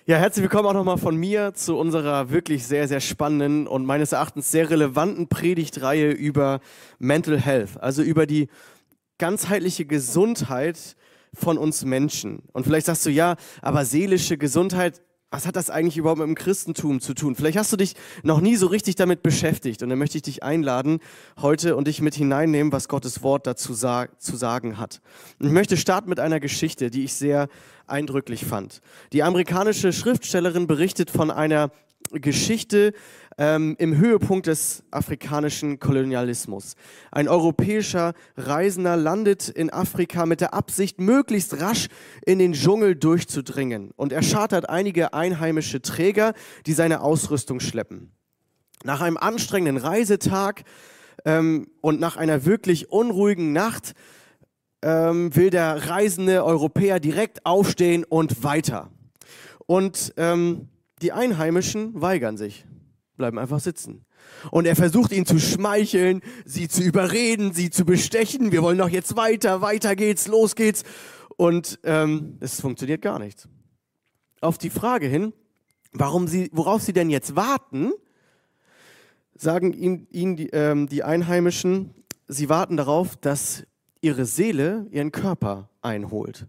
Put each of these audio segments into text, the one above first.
Ja, herzlich willkommen auch nochmal von mir zu unserer wirklich sehr, sehr spannenden und meines Erachtens sehr relevanten Predigtreihe über Mental Health, also über die ganzheitliche Gesundheit von uns Menschen. Und vielleicht sagst du, ja, aber seelische Gesundheit, was hat das eigentlich überhaupt mit dem Christentum zu tun? Vielleicht hast du dich noch nie so richtig damit beschäftigt und dann möchte ich dich einladen heute und dich mit hineinnehmen, was Gottes Wort dazu zu sagen hat. Und ich möchte starten mit einer Geschichte, die ich sehr eindrücklich fand. Die amerikanische Schriftstellerin berichtet von einer Geschichte im Höhepunkt des afrikanischen Kolonialismus. Ein europäischer Reisender landet in Afrika mit der Absicht, möglichst rasch in den Dschungel durchzudringen. Und er chartert einige einheimische Träger, die seine Ausrüstung schleppen. Nach einem anstrengenden Reisetag und nach einer wirklich unruhigen Nacht will der reisende Europäer direkt aufstehen und weiter. Und die Einheimischen weigern sich, bleiben einfach sitzen. Und er versucht ihnen zu schmeicheln, sie zu überreden, sie zu bestechen. Wir wollen doch jetzt weiter geht's, los geht's. Und es funktioniert gar nichts. Auf die Frage hin, worauf sie denn jetzt warten, sagen ihnen die Einheimischen, sie warten darauf, dass ihre Seele ihren Körper einholt.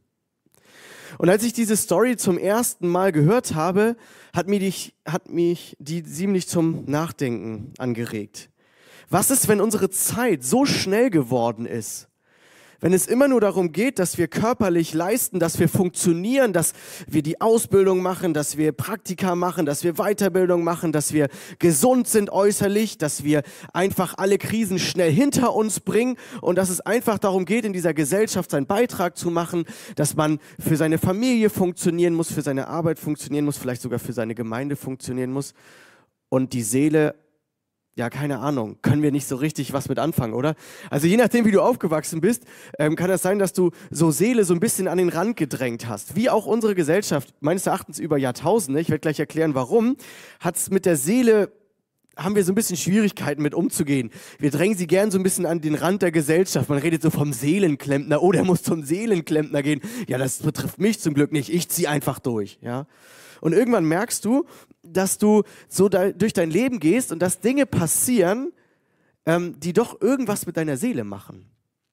Und als ich diese Story zum ersten Mal gehört habe, hat mich die ziemlich zum Nachdenken angeregt. Was ist, wenn unsere Zeit so schnell geworden ist? Wenn es immer nur darum geht, dass wir körperlich leisten, dass wir funktionieren, dass wir die Ausbildung machen, dass wir Praktika machen, dass wir Weiterbildung machen, dass wir gesund sind äußerlich, dass wir einfach alle Krisen schnell hinter uns bringen und dass es einfach darum geht, in dieser Gesellschaft seinen Beitrag zu machen, dass man für seine Familie funktionieren muss, für seine Arbeit funktionieren muss, vielleicht sogar für seine Gemeinde funktionieren muss und die Seele, ja, keine Ahnung, können wir nicht so richtig was mit anfangen, oder? Also je nachdem, wie du aufgewachsen bist, kann das sein, dass du so Seele so ein bisschen an den Rand gedrängt hast. Wie auch unsere Gesellschaft, meines Erachtens über Jahrtausende, ich werde gleich erklären, warum, hat's mit der Seele, haben wir so ein bisschen Schwierigkeiten mit umzugehen. Wir drängen sie gern so ein bisschen an den Rand der Gesellschaft. Man redet so vom Seelenklempner, oh, der muss zum Seelenklempner gehen. Ja, das betrifft mich zum Glück nicht, ich ziehe einfach durch, ja. Und irgendwann merkst du, dass du so durch dein Leben gehst und dass Dinge passieren, die doch irgendwas mit deiner Seele machen.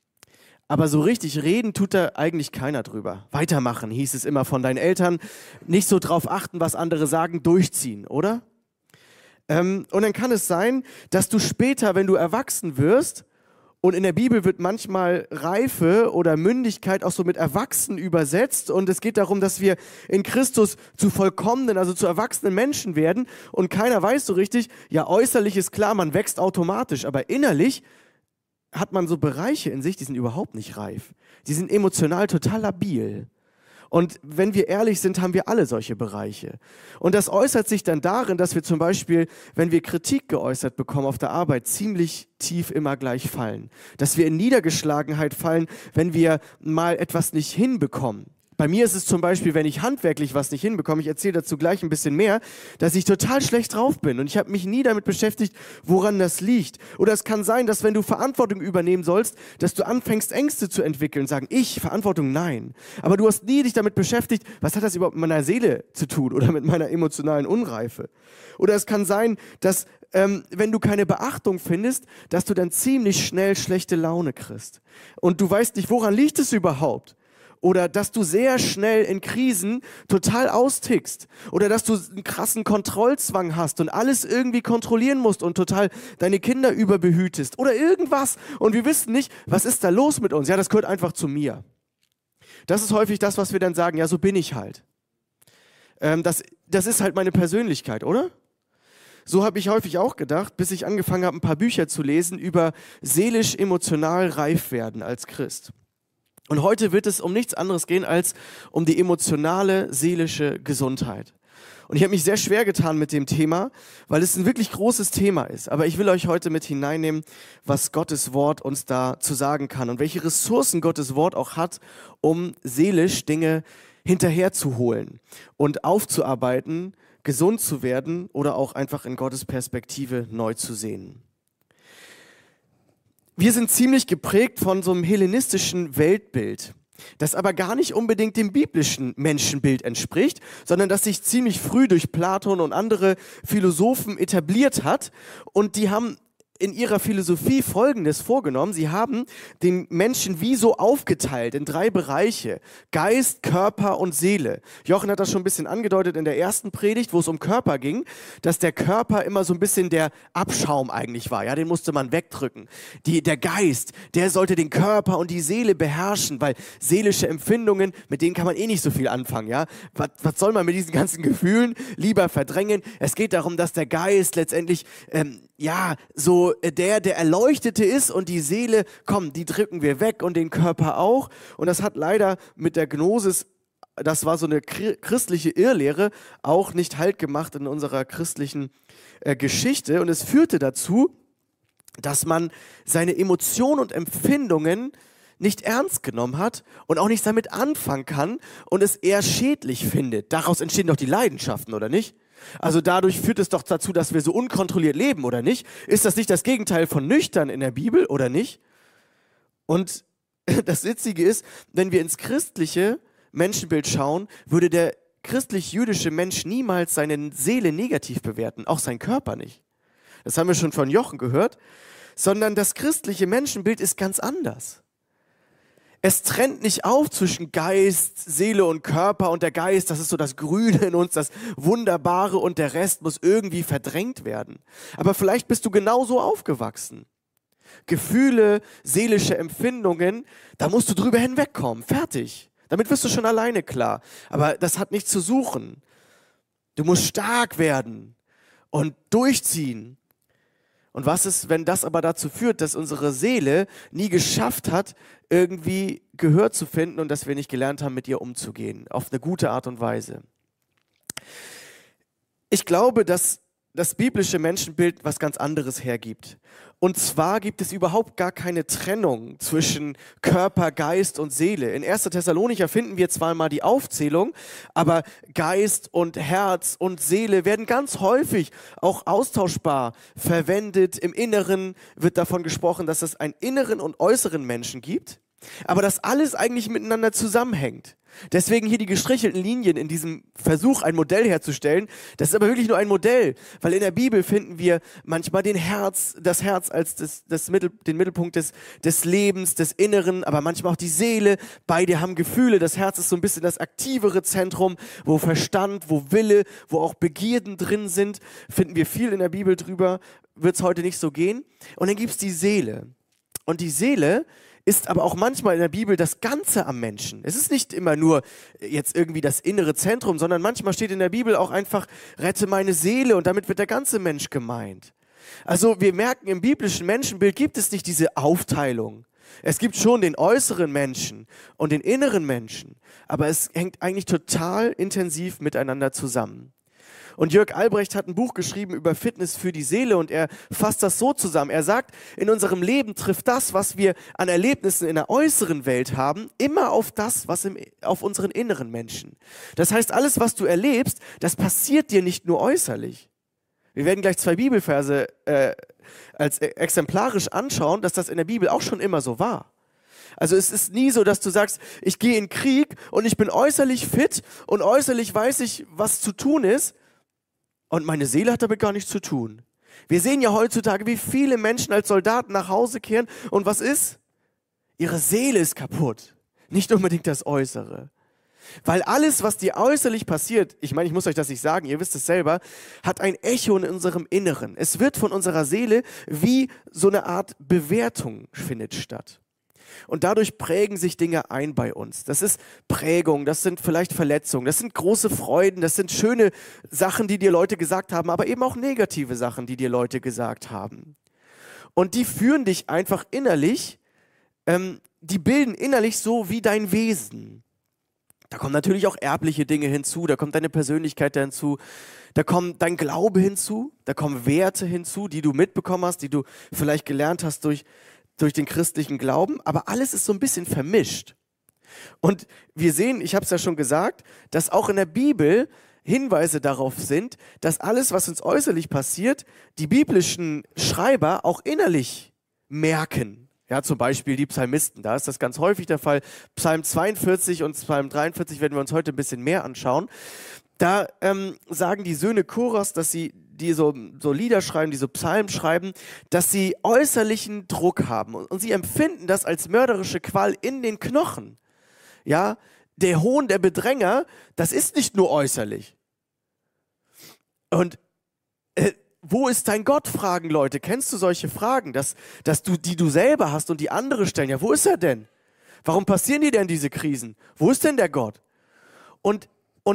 Aber so richtig reden tut da eigentlich keiner drüber. Weitermachen, hieß es immer von deinen Eltern. Nicht so drauf achten, was andere sagen, durchziehen, oder? Und dann kann es sein, dass du später, wenn du erwachsen wirst, und in der Bibel wird manchmal Reife oder Mündigkeit auch so mit Erwachsen übersetzt. Und es geht darum, dass wir in Christus zu vollkommenen, also zu erwachsenen Menschen werden. Und keiner weiß so richtig, ja, äußerlich ist klar, man wächst automatisch. Aber innerlich hat man so Bereiche in sich, die sind überhaupt nicht reif. Die sind emotional total labil. Und wenn wir ehrlich sind, haben wir alle solche Bereiche. Und das äußert sich dann darin, dass wir zum Beispiel, wenn wir Kritik geäußert bekommen auf der Arbeit, ziemlich tief immer gleich fallen. Dass wir in Niedergeschlagenheit fallen, wenn wir mal etwas nicht hinbekommen. Bei mir ist es zum Beispiel, wenn ich handwerklich was nicht hinbekomme, ich erzähle dazu gleich ein bisschen mehr, dass ich total schlecht drauf bin und ich habe mich nie damit beschäftigt, woran das liegt. Oder es kann sein, dass wenn du Verantwortung übernehmen sollst, dass du anfängst, Ängste zu entwickeln, sagen, Verantwortung, nein. Aber du hast nie dich damit beschäftigt, was hat das überhaupt mit meiner Seele zu tun oder mit meiner emotionalen Unreife. Oder es kann sein, dass wenn du keine Beachtung findest, dass du dann ziemlich schnell schlechte Laune kriegst. Und du weißt nicht, woran liegt es überhaupt? Oder dass du sehr schnell in Krisen total austickst. Oder dass du einen krassen Kontrollzwang hast und alles irgendwie kontrollieren musst und total deine Kinder überbehütest. Oder irgendwas. Und wir wissen nicht, was ist da los mit uns? Ja, das gehört einfach zu mir. Das ist häufig das, was wir dann sagen, ja, so bin ich halt. Das ist halt meine Persönlichkeit, oder? So habe ich häufig auch gedacht, bis ich angefangen habe, ein paar Bücher zu lesen über seelisch-emotional reif werden als Christ. Und heute wird es um nichts anderes gehen als um die emotionale, seelische Gesundheit. Und ich habe mich sehr schwer getan mit dem Thema, weil es ein wirklich großes Thema ist. Aber ich will euch heute mit hineinnehmen, was Gottes Wort uns da zu sagen kann und welche Ressourcen Gottes Wort auch hat, um seelisch Dinge hinterherzuholen und aufzuarbeiten, gesund zu werden oder auch einfach in Gottes Perspektive neu zu sehen. Wir sind ziemlich geprägt von so einem hellenistischen Weltbild. das aber gar nicht unbedingt dem biblischen Menschenbild entspricht, sondern das sich ziemlich früh durch Platon und andere Philosophen etabliert hat. Und die haben in ihrer Philosophie Folgendes vorgenommen. Sie haben den Menschen wie so aufgeteilt in 3 Bereiche: Geist, Körper und Seele. Jochen hat das schon ein bisschen angedeutet in der ersten Predigt, wo es um Körper ging, dass der Körper immer so ein bisschen der Abschaum eigentlich war. Ja, den musste man wegdrücken. Der Geist, der sollte den Körper und die Seele beherrschen, weil seelische Empfindungen, mit denen kann man eh nicht so viel anfangen. Ja? Was soll man mit diesen ganzen Gefühlen lieber verdrängen? Es geht darum, dass der Geist letztendlich der Erleuchtete ist, und die Seele, komm, die drücken wir weg, und den Körper auch. Und das hat leider mit der Gnosis, das war so eine christliche Irrlehre, auch nicht Halt gemacht in unserer christlichen Geschichte. Und es führte dazu, dass man seine Emotionen und Empfindungen nicht ernst genommen hat und auch nicht damit anfangen kann und es eher schädlich findet. Daraus entstehen doch die Leidenschaften, oder nicht? Also dadurch führt es doch dazu, dass wir so unkontrolliert leben, oder nicht? Ist das nicht das Gegenteil von nüchtern in der Bibel, oder nicht? Und das Witzige ist, wenn wir ins christliche Menschenbild schauen, würde der christlich-jüdische Mensch niemals seine Seele negativ bewerten, auch seinen Körper nicht. Das haben wir schon von Jochen gehört, sondern das christliche Menschenbild ist ganz anders. Es trennt nicht auf zwischen Geist, Seele und Körper, und der Geist, das ist so das Grüne in uns, das Wunderbare, und der Rest muss irgendwie verdrängt werden. Aber vielleicht bist du genauso aufgewachsen. Gefühle, seelische Empfindungen, da musst du drüber hinwegkommen, fertig. Damit wirst du schon alleine klar. Aber das hat nichts zu suchen. Du musst stark werden und durchziehen. Und was ist, wenn das aber dazu führt, dass unsere Seele nie geschafft hat, irgendwie Gehör zu finden, und dass wir nicht gelernt haben, mit ihr umzugehen, auf eine gute Art und Weise? Ich glaube, dass das biblische Menschenbild was ganz anderes hergibt. Und zwar gibt es überhaupt gar keine Trennung zwischen Körper, Geist und Seele. In 1. Thessalonicher finden wir zwar mal die Aufzählung, aber Geist und Herz und Seele werden ganz häufig auch austauschbar verwendet. Im Inneren wird davon gesprochen, dass es einen inneren und äußeren Menschen gibt, aber dass alles eigentlich miteinander zusammenhängt. Deswegen hier die gestrichelten Linien in diesem Versuch, ein Modell herzustellen. Das ist aber wirklich nur ein Modell, weil in der Bibel finden wir manchmal das Herz als den Mittelpunkt des Lebens, des Inneren, aber manchmal auch die Seele. Beide haben Gefühle. Das Herz ist so ein bisschen das aktivere Zentrum, wo Verstand, wo Wille, wo auch Begierden drin sind. Finden wir viel in der Bibel drüber, wird es heute nicht so gehen. Und dann gibt es die Seele. Und die Seele ist aber auch manchmal in der Bibel das Ganze am Menschen. Es ist nicht immer nur jetzt irgendwie das innere Zentrum, sondern manchmal steht in der Bibel auch einfach, rette meine Seele, und damit wird der ganze Mensch gemeint. Also wir merken, im biblischen Menschenbild gibt es nicht diese Aufteilung. Es gibt schon den äußeren Menschen und den inneren Menschen, aber es hängt eigentlich total intensiv miteinander zusammen. Und Jörg Albrecht hat ein Buch geschrieben über Fitness für die Seele, und er fasst das so zusammen. Er sagt, in unserem Leben trifft das, was wir an Erlebnissen in der äußeren Welt haben, immer auf das, was auf unseren inneren Menschen. Das heißt, alles, was du erlebst, das passiert dir nicht nur äußerlich. Wir werden gleich 2 Bibelverse als exemplarisch anschauen, dass das in der Bibel auch schon immer so war. Also es ist nie so, dass du sagst, ich gehe in den Krieg und ich bin äußerlich fit und äußerlich weiß ich, was zu tun ist, und meine Seele hat damit gar nichts zu tun. Wir sehen ja heutzutage, wie viele Menschen als Soldaten nach Hause kehren, und was ist? Ihre Seele ist kaputt, nicht unbedingt das Äußere. Weil alles, was dir äußerlich passiert, ich meine, ich muss euch das nicht sagen, ihr wisst es selber, hat ein Echo in unserem Inneren. Es wird von unserer Seele wie so eine Art Bewertung findet statt. Und dadurch prägen sich Dinge ein bei uns. Das ist Prägung, das sind vielleicht Verletzungen, das sind große Freuden, das sind schöne Sachen, die dir Leute gesagt haben, aber eben auch negative Sachen, die dir Leute gesagt haben. Und die führen dich einfach innerlich, die bilden innerlich so wie dein Wesen. Da kommen natürlich auch erbliche Dinge hinzu, da kommt deine Persönlichkeit hinzu, da kommt dein Glaube hinzu, da kommen Werte hinzu, die du mitbekommen hast, die du vielleicht gelernt hast durch den christlichen Glauben, aber alles ist so ein bisschen vermischt. Und wir sehen, ich habe es ja schon gesagt, dass auch in der Bibel Hinweise darauf sind, dass alles, was uns äußerlich passiert, die biblischen Schreiber auch innerlich merken. Ja, zum Beispiel die Psalmisten, da ist das ganz häufig der Fall. Psalm 42 und Psalm 43 werden wir uns heute ein bisschen mehr anschauen. Da sagen die Söhne Koras, dass sie die so Lieder schreiben, die so Psalmen schreiben, dass sie äußerlichen Druck haben. Und sie empfinden das als mörderische Qual in den Knochen. Ja, der Hohn der Bedränger, das ist nicht nur äußerlich. Und wo ist dein Gott, fragen Leute. Kennst du solche Fragen, die du selber hast und die andere stellen? Ja, wo ist er denn? Warum passieren dir denn diese Krisen? Wo ist denn der Gott? Und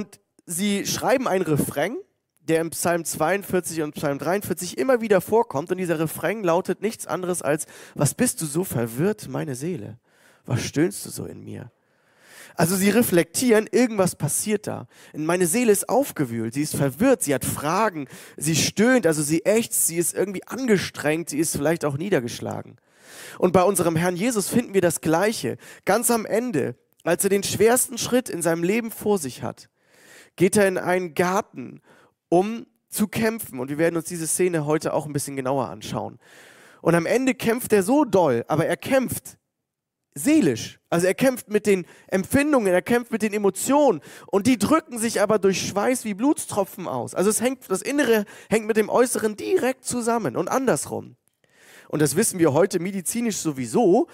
sie schreiben einen Refrain, der im Psalm 42 und Psalm 43 immer wieder vorkommt. Und dieser Refrain lautet nichts anderes als: Was bist du so verwirrt, meine Seele? Was stöhnst du so in mir? Also sie reflektieren, irgendwas passiert da. Meine Seele ist aufgewühlt, sie ist verwirrt, sie hat Fragen, sie stöhnt, also sie ächzt, sie ist irgendwie angestrengt, sie ist vielleicht auch niedergeschlagen. Und bei unserem Herrn Jesus finden wir das Gleiche. Ganz am Ende, als er den schwersten Schritt in seinem Leben vor sich hat, geht er in einen Garten, um zu kämpfen. Und wir werden uns diese Szene heute auch ein bisschen genauer anschauen. Und am Ende kämpft er so doll, aber er kämpft seelisch. Also er kämpft mit den Empfindungen, er kämpft mit den Emotionen und die drücken sich aber durch Schweiß wie Blutstropfen aus. Also das Innere hängt mit dem Äußeren direkt zusammen und andersrum. Und das wissen wir heute medizinisch sowieso.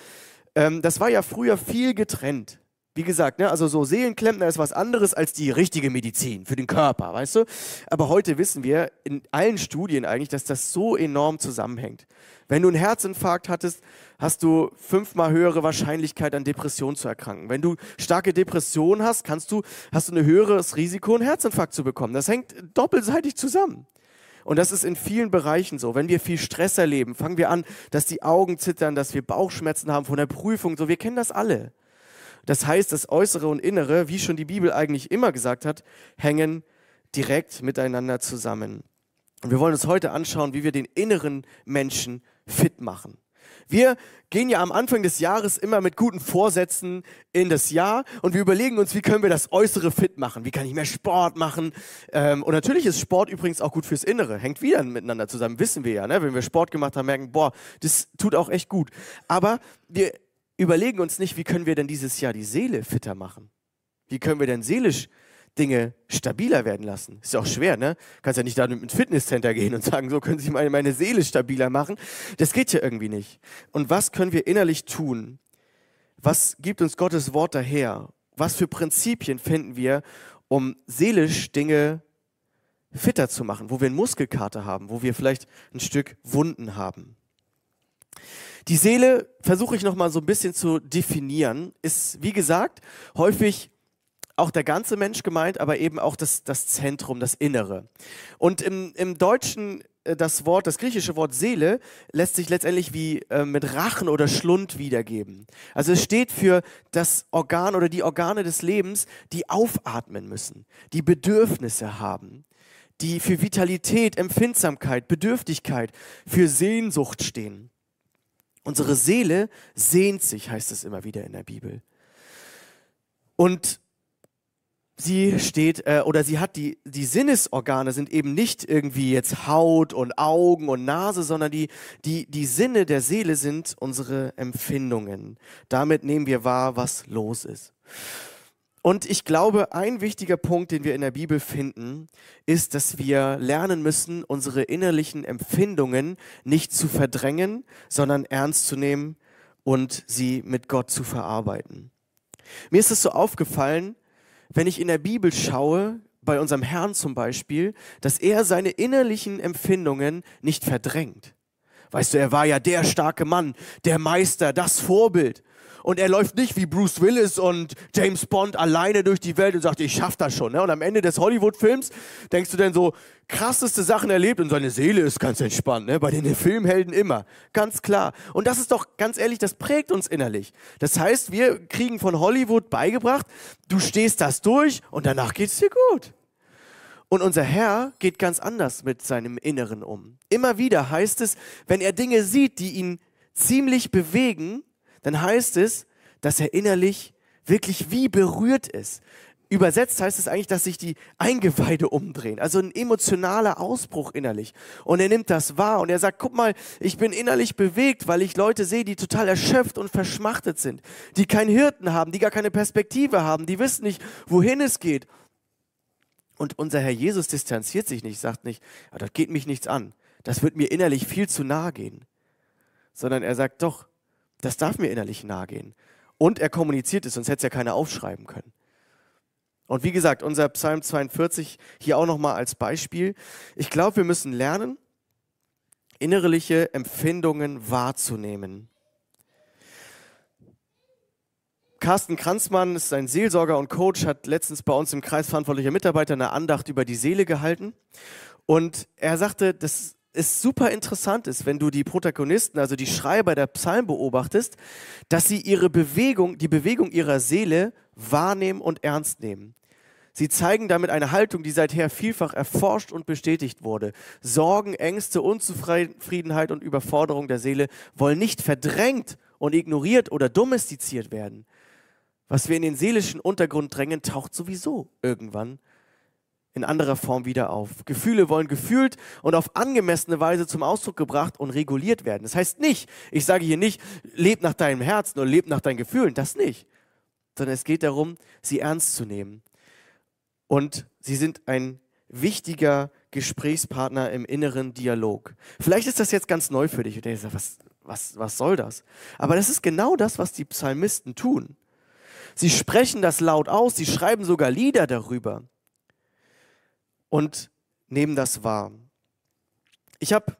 Das war ja früher viel getrennt. Wie gesagt, ne, also so Seelenklempner ist was anderes als die richtige Medizin für den Körper, weißt du? Aber heute wissen wir in allen Studien eigentlich, dass das so enorm zusammenhängt. Wenn du einen Herzinfarkt hattest, hast du 5-mal höhere Wahrscheinlichkeit, an Depressionen zu erkranken. Wenn du starke Depressionen hast, hast du ein höheres Risiko, einen Herzinfarkt zu bekommen. Das hängt doppelseitig zusammen. Und das ist in vielen Bereichen so. Wenn wir viel Stress erleben, fangen wir an, dass die Augen zittern, dass wir Bauchschmerzen haben von der Prüfung. So, wir kennen das alle. Das heißt, das Äußere und Innere, wie schon die Bibel eigentlich immer gesagt hat, hängen direkt miteinander zusammen. Und wir wollen uns heute anschauen, wie wir den inneren Menschen fit machen. Wir gehen ja am Anfang des Jahres immer mit guten Vorsätzen in das Jahr und wir überlegen uns, wie können wir das Äußere fit machen? Wie kann ich mehr Sport machen? Und natürlich ist Sport übrigens auch gut fürs Innere. Hängt wieder miteinander zusammen, wissen wir ja. Ne? Wenn wir Sport gemacht haben, merken, boah, das tut auch echt gut. Aber wir überlegen uns nicht, wie können wir denn dieses Jahr die Seele fitter machen? Wie können wir denn seelisch Dinge stabiler werden lassen? Ist ja auch schwer, ne? Kannst ja nicht da mit ins Fitnesscenter gehen und sagen, so können Sie meine Seele stabiler machen. Das geht ja irgendwie nicht. Und was können wir innerlich tun? Was gibt uns Gottes Wort daher? Was für Prinzipien finden wir, um seelisch Dinge fitter zu machen, wo wir einen Muskelkater haben, wo wir vielleicht ein Stück Wunden haben? Die Seele, versuche ich nochmal so ein bisschen zu definieren, ist, wie gesagt, häufig auch der ganze Mensch gemeint, aber eben auch das Zentrum, das Innere. Und im Deutschen das griechische Wort Seele lässt sich letztendlich wie mit Rachen oder Schlund wiedergeben. Also es steht für das Organ oder die Organe des Lebens, die aufatmen müssen, die Bedürfnisse haben, die für Vitalität, Empfindsamkeit, Bedürftigkeit, für Sehnsucht stehen. Unsere Seele sehnt sich, heißt es immer wieder in der Bibel. Und sie hat die Sinnesorgane sind eben nicht irgendwie jetzt Haut und Augen und Nase, sondern die Sinne der Seele sind unsere Empfindungen. Damit nehmen wir wahr, was los ist. Und ich glaube, ein wichtiger Punkt, den wir in der Bibel finden, ist, dass wir lernen müssen, unsere innerlichen Empfindungen nicht zu verdrängen, sondern ernst zu nehmen und sie mit Gott zu verarbeiten. Mir ist es so aufgefallen, wenn ich in der Bibel schaue, bei unserem Herrn zum Beispiel, dass er seine innerlichen Empfindungen nicht verdrängt. Weißt du, er war ja der starke Mann, der Meister, das Vorbild. Und er läuft nicht wie Bruce Willis und James Bond alleine durch die Welt und sagt, ich schaff das schon. Ne? Und am Ende des Hollywood-Films denkst du dann so, krasseste Sachen erlebt und seine Seele ist ganz entspannt. Ne? Bei den Filmhelden immer. Ganz klar. Und das ist doch, ganz ehrlich, das prägt uns innerlich. Das heißt, wir kriegen von Hollywood beigebracht, du stehst das durch und danach geht's dir gut. Und unser Herr geht ganz anders mit seinem Inneren um. Immer wieder heißt es, wenn er Dinge sieht, die ihn ziemlich bewegen, dann heißt es, dass er innerlich wirklich wie berührt ist. Übersetzt heißt es eigentlich, dass sich die Eingeweide umdrehen, also ein emotionaler Ausbruch innerlich. Und er nimmt das wahr und er sagt, guck mal, ich bin innerlich bewegt, weil ich Leute sehe, die total erschöpft und verschmachtet sind, die keinen Hirten haben, die gar keine Perspektive haben, die wissen nicht, wohin es geht. Und unser Herr Jesus distanziert sich nicht, sagt nicht, ja, das geht mich nichts an, das wird mir innerlich viel zu nahe gehen, sondern er sagt, doch, das darf mir innerlich nahe gehen. Und er kommuniziert es, sonst hätte es ja keiner aufschreiben können. Und wie gesagt, unser Psalm 42 hier auch nochmal als Beispiel. Ich glaube, wir müssen lernen, innerliche Empfindungen wahrzunehmen. Carsten Kranzmann ist ein Seelsorger und Coach, hat letztens bei uns im Kreis verantwortlicher Mitarbeiter eine Andacht über die Seele gehalten. Und er sagte, dass es super interessant ist, wenn du die Protagonisten, also die Schreiber der Psalmen beobachtest, dass sie die Bewegung ihrer Seele wahrnehmen und ernst nehmen. Sie zeigen damit eine Haltung, die seither vielfach erforscht und bestätigt wurde. Sorgen, Ängste, Unzufriedenheit und Überforderung der Seele wollen nicht verdrängt und ignoriert oder domestiziert werden. Was wir in den seelischen Untergrund drängen, taucht sowieso irgendwann in anderer Form wieder auf. Gefühle wollen gefühlt und auf angemessene Weise zum Ausdruck gebracht und reguliert werden. Das heißt nicht, ich sage hier nicht, leb nach deinem Herzen oder leb nach deinen Gefühlen, das nicht. Sondern es geht darum, sie ernst zu nehmen. Und sie sind ein wichtiger Gesprächspartner im inneren Dialog. Vielleicht ist das jetzt ganz neu für dich. Und du denkst, was soll das? Aber das ist genau das, was die Psalmisten tun. Sie sprechen das laut aus, sie schreiben sogar Lieder darüber und nehmen das wahr. Ich habe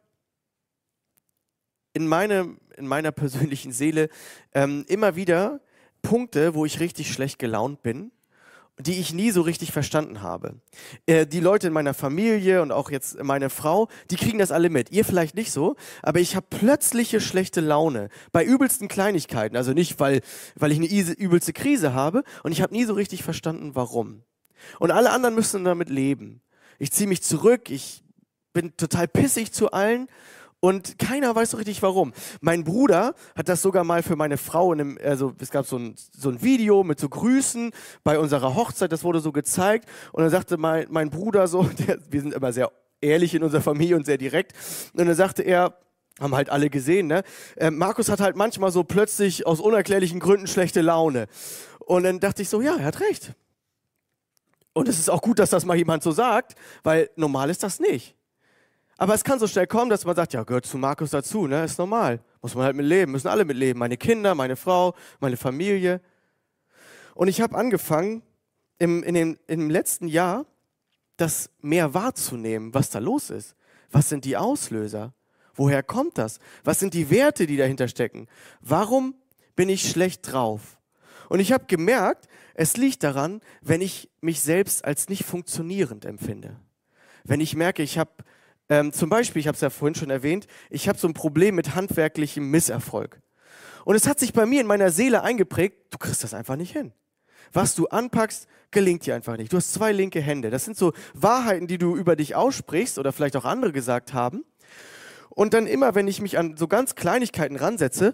in meiner persönlichen Seele immer wieder Punkte, wo ich richtig schlecht gelaunt bin, die ich nie so richtig verstanden habe. Die Leute in meiner Familie und auch jetzt meine Frau, die kriegen das alle mit. Ihr vielleicht nicht so, aber ich habe plötzliche schlechte Laune bei übelsten Kleinigkeiten. Also nicht, weil ich eine übelste Krise habe und ich habe nie so richtig verstanden, warum. Und alle anderen müssen damit leben. Ich ziehe mich zurück, ich bin total pissig zu allen. Und keiner weiß so richtig warum. Mein Bruder hat das sogar mal für meine Frau, es gab so ein Video mit so Grüßen bei unserer Hochzeit, das wurde so gezeigt. Und dann sagte mein Bruder so, wir sind immer sehr ehrlich in unserer Familie und sehr direkt. Und dann sagte er, haben halt alle gesehen, ne? Markus hat halt manchmal so plötzlich aus unerklärlichen Gründen schlechte Laune. Und dann dachte ich so, ja, er hat recht. Und es ist auch gut, dass das mal jemand so sagt, weil normal ist das nicht. Aber es kann so schnell kommen, dass man sagt, ja, gehört zu Markus dazu, ne? Ist normal. Muss man halt mit leben, müssen alle mit leben. Meine Kinder, meine Frau, meine Familie. Und ich habe angefangen, im letzten Jahr das mehr wahrzunehmen, was da los ist. Was sind die Auslöser? Woher kommt das? Was sind die Werte, die dahinter stecken? Warum bin ich schlecht drauf? Und ich habe gemerkt, es liegt daran, wenn ich mich selbst als nicht funktionierend empfinde. Wenn ich merke, ich habe zum Beispiel, ich habe es ja vorhin schon erwähnt, ich habe so ein Problem mit handwerklichem Misserfolg. Und es hat sich bei mir in meiner Seele eingeprägt, du kriegst das einfach nicht hin. Was du anpackst, gelingt dir einfach nicht. Du hast 2 linke Hände. Das sind so Wahrheiten, die du über dich aussprichst oder vielleicht auch andere gesagt haben. Und dann immer, wenn ich mich an so ganz Kleinigkeiten ransetze,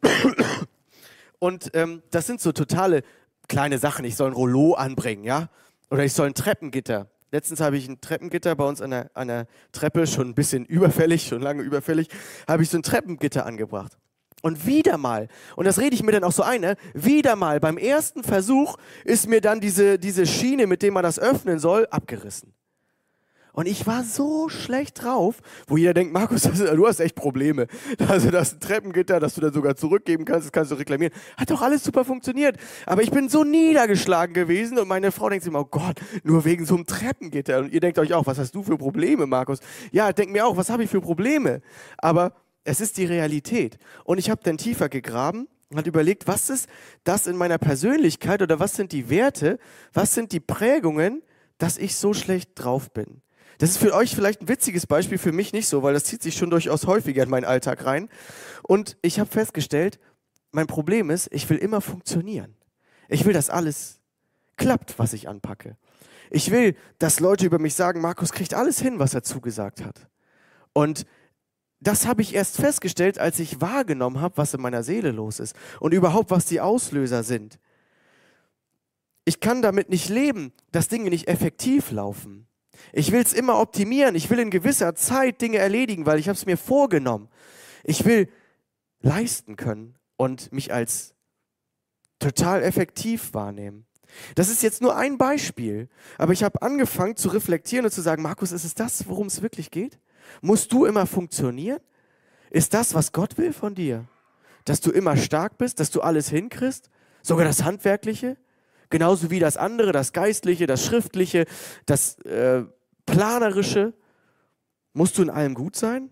und das sind so totale kleine Sachen, ich soll ein Rollo anbringen, ja, oder ich soll ein Treppengitter. Letztens habe ich ein Treppengitter bei uns an der Treppe, schon ein bisschen überfällig, schon lange überfällig, habe ich so ein Treppengitter angebracht. Und wieder mal, und das rede ich mir dann auch so ein, ne? Wieder mal, beim ersten Versuch ist mir dann diese Schiene, mit der man das öffnen soll, abgerissen. Und ich war so schlecht drauf, wo jeder denkt, Markus, du hast echt Probleme. Also das ist ein Treppengitter, das du dann sogar zurückgeben kannst, das kannst du reklamieren. Hat doch alles super funktioniert. Aber ich bin so niedergeschlagen gewesen und meine Frau denkt sich immer, oh Gott, nur wegen so einem Treppengitter. Und ihr denkt euch auch, was hast du für Probleme, Markus? Ja, denkt mir auch, was habe ich für Probleme? Aber es ist die Realität. Und ich habe dann tiefer gegraben und habe überlegt, was ist das in meiner Persönlichkeit oder was sind die Werte, was sind die Prägungen, dass ich so schlecht drauf bin. Das ist für euch vielleicht ein witziges Beispiel, für mich nicht so, weil das zieht sich schon durchaus häufiger in meinen Alltag rein. Und ich habe festgestellt, mein Problem ist, ich will immer funktionieren. Ich will, dass alles klappt, was ich anpacke. Ich will, dass Leute über mich sagen, Markus kriegt alles hin, was er zugesagt hat. Und das habe ich erst festgestellt, als ich wahrgenommen habe, was in meiner Seele los ist und überhaupt, was die Auslöser sind. Ich kann damit nicht leben, dass Dinge nicht effektiv laufen. Ich will es immer optimieren. Ich will in gewisser Zeit Dinge erledigen, weil ich habe es mir vorgenommen. Ich will leisten können und mich als total effektiv wahrnehmen. Das ist jetzt nur ein Beispiel, aber ich habe angefangen zu reflektieren und zu sagen, Markus, ist es das, worum es wirklich geht? Musst du immer funktionieren? Ist das, was Gott will von dir? Dass du immer stark bist, dass du alles hinkriegst? Sogar das Handwerkliche? Genauso wie das andere, das Geistliche, das Schriftliche, das Planerische. Musst du in allem gut sein?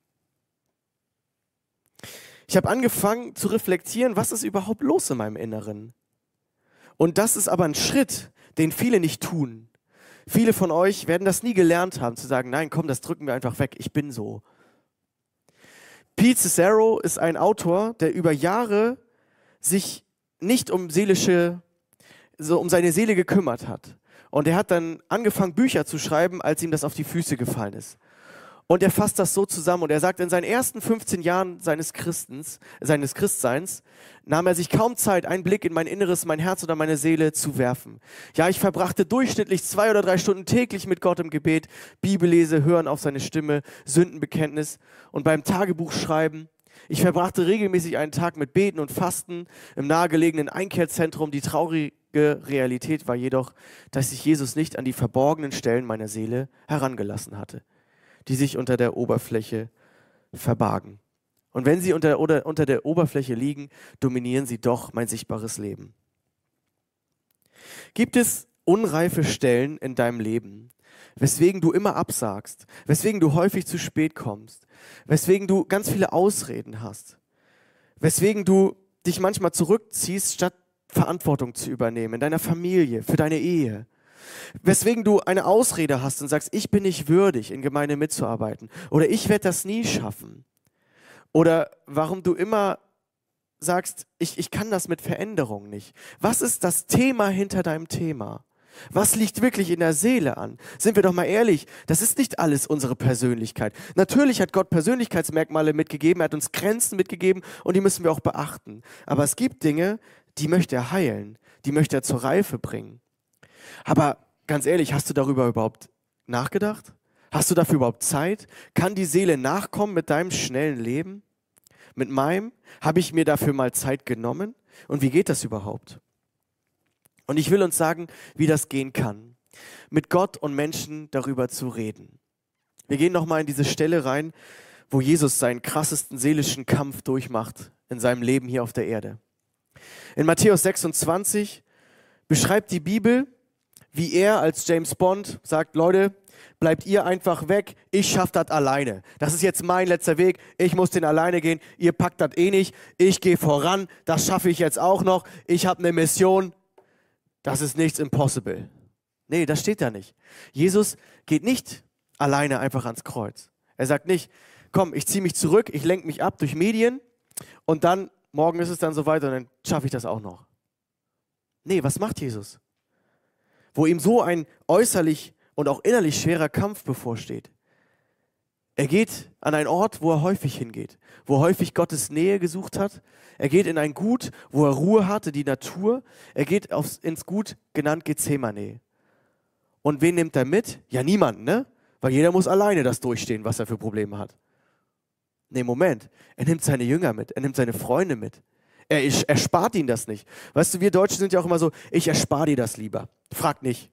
Ich habe angefangen zu reflektieren, was ist überhaupt los in meinem Inneren? Und das ist aber ein Schritt, den viele nicht tun. Viele von euch werden das nie gelernt haben, zu sagen, nein, komm, das drücken wir einfach weg, ich bin so. Pete Cesaro ist ein Autor, der über Jahre sich nicht um seine Seele gekümmert hat. Und er hat dann angefangen, Bücher zu schreiben, als ihm das auf die Füße gefallen ist. Und er fasst das so zusammen und er sagt, in seinen ersten 15 Jahren seines Christseins nahm er sich kaum Zeit, einen Blick in mein Inneres, mein Herz oder meine Seele zu werfen. Ja, ich verbrachte durchschnittlich 2 oder 3 Stunden täglich mit Gott im Gebet, Bibellese, Hören auf seine Stimme, Sündenbekenntnis und beim Tagebuchschreiben. Ich verbrachte regelmäßig einen Tag mit Beten und Fasten im nahegelegenen Einkehrzentrum. Die traurige Realität war jedoch, dass sich Jesus nicht an die verborgenen Stellen meiner Seele herangelassen hatte, die sich unter der Oberfläche verbargen. Und wenn sie unter der Oberfläche liegen, dominieren sie doch mein sichtbares Leben. Gibt es unreife Stellen in deinem Leben, weswegen du immer absagst, weswegen du häufig zu spät kommst, weswegen du ganz viele Ausreden hast, weswegen du dich manchmal zurückziehst, statt Verantwortung zu übernehmen in deiner Familie, für deine Ehe? Weswegen du eine Ausrede hast und sagst, ich bin nicht würdig, in Gemeinde mitzuarbeiten. Oder ich werde das nie schaffen. Oder warum du immer sagst, ich kann das mit Veränderung nicht. Was ist das Thema hinter deinem Thema? Was liegt wirklich in der Seele an? Sind wir doch mal ehrlich, das ist nicht alles unsere Persönlichkeit. Natürlich hat Gott Persönlichkeitsmerkmale mitgegeben, er hat uns Grenzen mitgegeben und die müssen wir auch beachten. Aber es gibt Dinge, die möchte er heilen, die möchte er zur Reife bringen. Aber ganz ehrlich, hast du darüber überhaupt nachgedacht? Hast du dafür überhaupt Zeit? Kann die Seele nachkommen mit deinem schnellen Leben? Mit meinem? Habe ich mir dafür mal Zeit genommen? Und wie geht das überhaupt? Und ich will uns sagen, wie das gehen kann, mit Gott und Menschen darüber zu reden. Wir gehen nochmal in diese Stelle rein, wo Jesus seinen krassesten seelischen Kampf durchmacht in seinem Leben hier auf der Erde. In Matthäus 26 beschreibt die Bibel, wie er als James Bond sagt, Leute, bleibt ihr einfach weg, ich schaffe das alleine. Das ist jetzt mein letzter Weg, ich muss den alleine gehen, ihr packt das eh nicht, ich gehe voran, das schaffe ich jetzt auch noch, ich habe eine Mission, das ist nichts impossible. Nee, das steht da nicht. Jesus geht nicht alleine einfach ans Kreuz. Er sagt nicht, komm, ich ziehe mich zurück, ich lenke mich ab durch Medien und dann, morgen ist es dann soweit und dann schaffe ich das auch noch. Nee, was macht Jesus? Wo ihm so ein äußerlich und auch innerlich schwerer Kampf bevorsteht. Er geht an einen Ort, wo er häufig hingeht, wo er häufig Gottes Nähe gesucht hat. Er geht in ein Gut, wo er Ruhe hatte, die Natur. Er geht ins Gut, genannt Gethsemane. Und wen nimmt er mit? Ja, niemanden, ne? Weil jeder muss alleine das durchstehen, was er für Probleme hat. Nee, Moment. Er nimmt seine Jünger mit, er nimmt seine Freunde mit. Er erspart ihnen das nicht. Weißt du, wir Deutschen sind ja auch immer so, ich erspare dir das lieber. Frag nicht.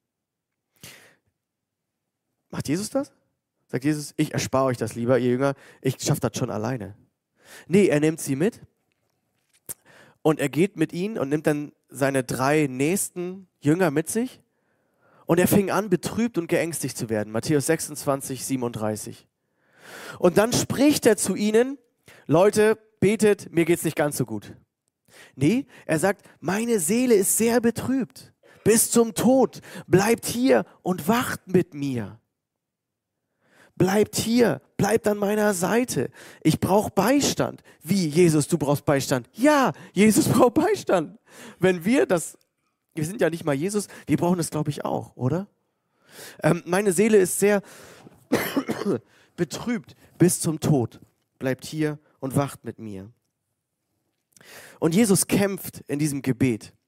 Macht Jesus das? Sagt Jesus, ich erspare euch das lieber, ihr Jünger, ich schaffe das schon alleine. Nee, er nimmt sie mit und er geht mit ihnen und nimmt dann seine 3 nächsten Jünger mit sich und er fing an, betrübt und geängstigt zu werden. Matthäus 26, 37. Und dann spricht er zu ihnen, Leute, betet, mir geht's nicht ganz so gut. Nee, er sagt, meine Seele ist sehr betrübt, bis zum Tod. Bleibt hier und wacht mit mir. Bleibt hier, bleibt an meiner Seite. Ich brauche Beistand. Wie, Jesus, du brauchst Beistand? Ja, Jesus braucht Beistand. Wir sind ja nicht mal Jesus, wir brauchen das, glaube ich, auch, oder? Meine Seele ist sehr betrübt bis zum Tod. Bleibt hier und wacht mit mir. Und Jesus kämpft in diesem Gebet.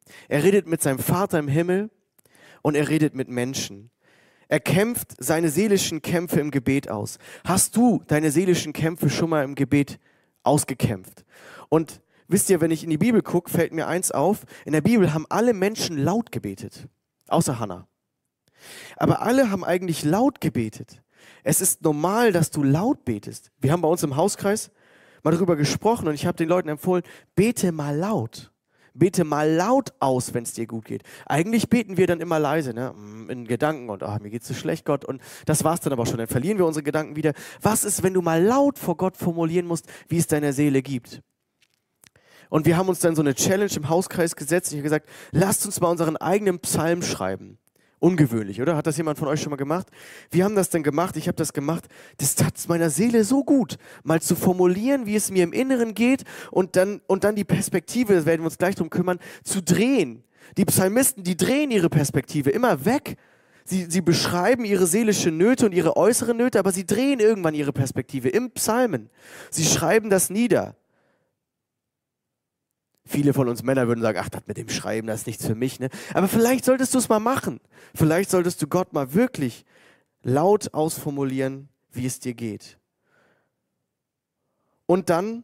Er redet mit seinem Vater im Himmel und er redet mit Menschen. Er kämpft seine seelischen Kämpfe im Gebet aus. Hast du deine seelischen Kämpfe schon mal im Gebet ausgekämpft? Und wisst ihr, wenn ich in die Bibel gucke, fällt mir eins auf. In der Bibel haben alle Menschen laut gebetet, außer Hannah. Aber alle haben eigentlich laut gebetet. Es ist normal, dass du laut betest. Wir haben bei uns im Hauskreis mal darüber gesprochen und ich habe den Leuten empfohlen, bete mal laut. Bete mal laut aus, wenn es dir gut geht. Eigentlich beten wir dann immer leise, ne? In Gedanken und mir geht's so schlecht, Gott. Und das war's dann aber schon. Dann verlieren wir unsere Gedanken wieder. Was ist, wenn du mal laut vor Gott formulieren musst, wie es deiner Seele gibt? Und wir haben uns dann so eine Challenge im Hauskreis gesetzt. Ich habe gesagt, lasst uns mal unseren eigenen Psalm schreiben. Ungewöhnlich, oder? Hat das jemand von euch schon mal gemacht? Wir haben das dann gemacht, ich habe das gemacht. Das tat es meiner Seele so gut, mal zu formulieren, wie es mir im Inneren geht und dann die Perspektive, das werden wir uns gleich drum kümmern, zu drehen. Die Psalmisten, die drehen ihre Perspektive immer weg. Sie beschreiben ihre seelischen Nöte und ihre äußeren Nöte, aber sie drehen irgendwann ihre Perspektive im Psalmen. Sie schreiben das nieder. Viele von uns Männer würden sagen, ach, das mit dem Schreiben, das ist nichts für mich. Ne? Aber vielleicht solltest du es mal machen. Vielleicht solltest du Gott mal wirklich laut ausformulieren, wie es dir geht. Und dann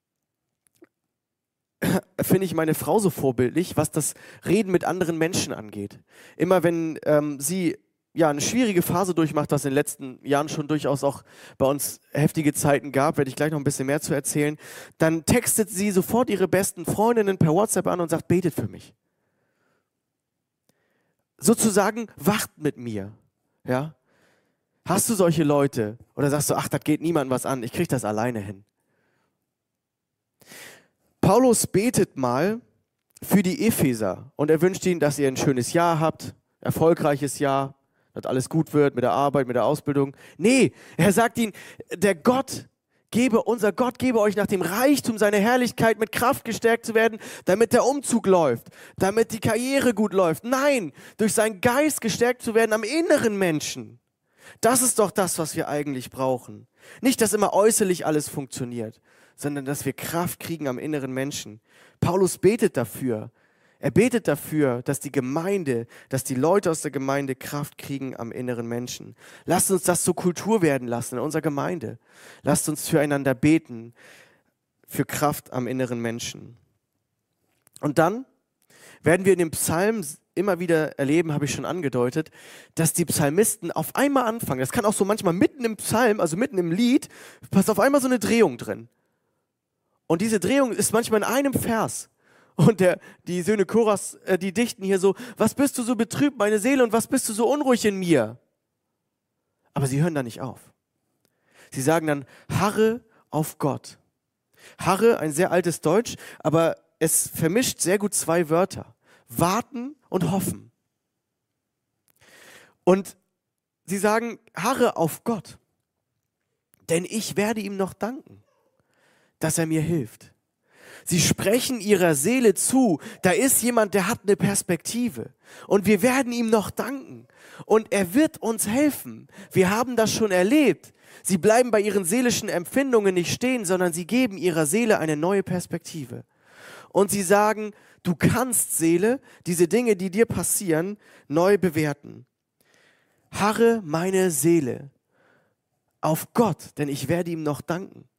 finde ich meine Frau so vorbildlich, was das Reden mit anderen Menschen angeht. Immer wenn sie eine schwierige Phase durchmacht, was in den letzten Jahren schon durchaus auch bei uns heftige Zeiten gab, werde ich gleich noch ein bisschen mehr zu erzählen, dann textet sie sofort ihre besten Freundinnen per WhatsApp an und sagt, betet für mich. Sozusagen, wacht mit mir. Ja? Hast du solche Leute? Oder sagst du, ach, das geht niemandem was an, ich kriege das alleine hin. Paulus betet mal für die Epheser und er wünscht ihnen, dass ihr ein schönes Jahr habt, erfolgreiches Jahr, dass alles gut wird mit der Arbeit, mit der Ausbildung. Nee, er sagt ihnen, unser Gott gebe euch nach dem Reichtum seiner Herrlichkeit mit Kraft gestärkt zu werden, damit der Umzug läuft, damit die Karriere gut läuft. Nein, durch seinen Geist gestärkt zu werden am inneren Menschen. Das ist doch das, was wir eigentlich brauchen. Nicht, dass immer äußerlich alles funktioniert, sondern dass wir Kraft kriegen am inneren Menschen. Paulus betet dafür. Er betet dafür, dass die Leute aus der Gemeinde Kraft kriegen am inneren Menschen. Lasst uns das zur Kultur werden lassen in unserer Gemeinde. Lasst uns füreinander beten, für Kraft am inneren Menschen. Und dann werden wir in dem Psalm immer wieder erleben, habe ich schon angedeutet, dass die Psalmisten auf einmal anfangen. Das kann auch so manchmal mitten im Psalm, also mitten im Lied, passt auf einmal so eine Drehung drin. Und diese Drehung ist manchmal in einem Vers. Und die Söhne Koras, die dichten hier so, was bist du so betrübt, meine Seele, und was bist du so unruhig in mir? Aber sie hören da nicht auf. Sie sagen dann, harre auf Gott. Harre, ein sehr altes Deutsch, aber es vermischt sehr gut zwei Wörter. Warten und hoffen. Und sie sagen, harre auf Gott, denn ich werde ihm noch danken, dass er mir hilft. Sie sprechen ihrer Seele zu, da ist jemand, der hat eine Perspektive und wir werden ihm noch danken und er wird uns helfen. Wir haben das schon erlebt. Sie bleiben bei ihren seelischen Empfindungen nicht stehen, sondern sie geben ihrer Seele eine neue Perspektive. Und sie sagen, du kannst, Seele, diese Dinge, die dir passieren, neu bewerten. Harre meine Seele auf Gott, denn ich werde ihm noch danken.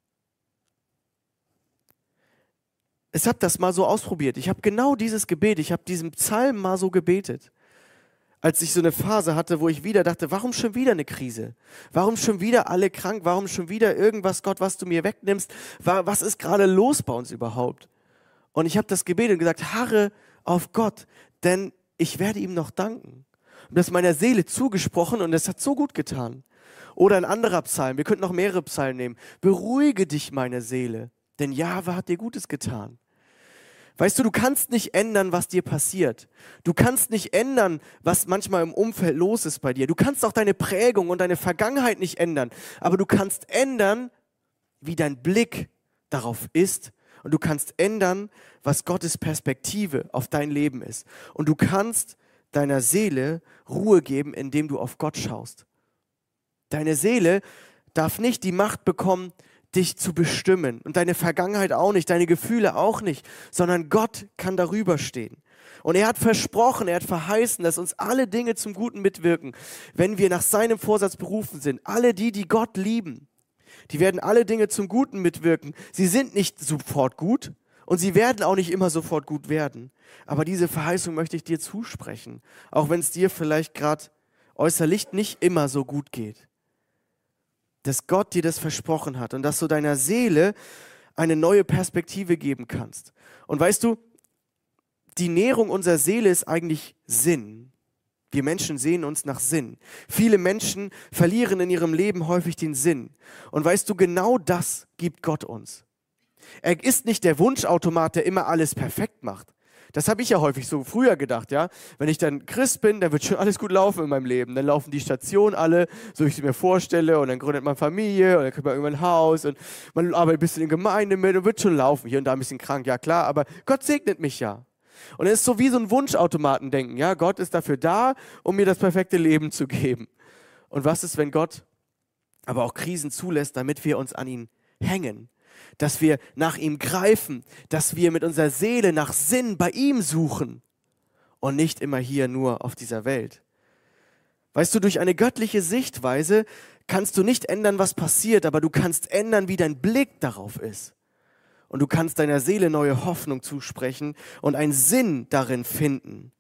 Ich habe das mal so ausprobiert. Ich habe genau dieses Gebet, ich habe diesen Psalm mal so gebetet. Als ich so eine Phase hatte, wo ich wieder dachte, warum schon wieder eine Krise? Warum schon wieder alle krank? Warum schon wieder irgendwas, Gott, was du mir wegnimmst? Was ist gerade los bei uns überhaupt? Und ich habe das gebetet und gesagt, harre auf Gott, denn ich werde ihm noch danken. Und das meiner Seele zugesprochen und es hat so gut getan. Oder ein anderer Psalm, wir könnten noch mehrere Psalmen nehmen. Beruhige dich, meine Seele, denn Jahwe hat dir Gutes getan. Weißt du, du kannst nicht ändern, was dir passiert. Du kannst nicht ändern, was manchmal im Umfeld los ist bei dir. Du kannst auch deine Prägung und deine Vergangenheit nicht ändern. Aber du kannst ändern, wie dein Blick darauf ist. Und du kannst ändern, was Gottes Perspektive auf dein Leben ist. Und du kannst deiner Seele Ruhe geben, indem du auf Gott schaust. Deine Seele darf nicht die Macht bekommen, dich zu bestimmen und deine Vergangenheit auch nicht, deine Gefühle auch nicht, sondern Gott kann darüber stehen. Und er hat versprochen, er hat verheißen, dass uns alle Dinge zum Guten mitwirken, wenn wir nach seinem Vorsatz berufen sind. Alle die, die Gott lieben, die werden alle Dinge zum Guten mitwirken. Sie sind nicht sofort gut und sie werden auch nicht immer sofort gut werden. Aber diese Verheißung möchte ich dir zusprechen, auch wenn es dir vielleicht gerade äußerlich nicht immer so gut geht. Dass Gott dir das versprochen hat und dass du deiner Seele eine neue Perspektive geben kannst. Und weißt du, die Nährung unserer Seele ist eigentlich Sinn. Wir Menschen sehen uns nach Sinn. Viele Menschen verlieren in ihrem Leben häufig den Sinn. Und weißt du, genau das gibt Gott uns. Er ist nicht der Wunschautomat, der immer alles perfekt macht. Das habe ich ja häufig so früher gedacht, ja. Wenn ich dann Christ bin, dann wird schon alles gut laufen in meinem Leben. Dann laufen die Stationen alle, so wie ich sie mir vorstelle, und dann gründet man Familie und dann kriegt man irgendwann ein Haus und man arbeitet ein bisschen in Gemeinde mit und wird schon laufen. Hier und da ein bisschen krank, ja klar, aber Gott segnet mich ja. Und es ist so wie so ein Wunschautomatendenken, ja. Gott ist dafür da, um mir das perfekte Leben zu geben. Und was ist, wenn Gott aber auch Krisen zulässt, damit wir uns an ihn hängen? Dass wir nach ihm greifen, dass wir mit unserer Seele nach Sinn bei ihm suchen und nicht immer hier nur auf dieser Welt. Weißt du, durch eine göttliche Sichtweise kannst du nicht ändern, was passiert, aber du kannst ändern, wie dein Blick darauf ist. Und du kannst deiner Seele neue Hoffnung zusprechen und einen Sinn darin finden.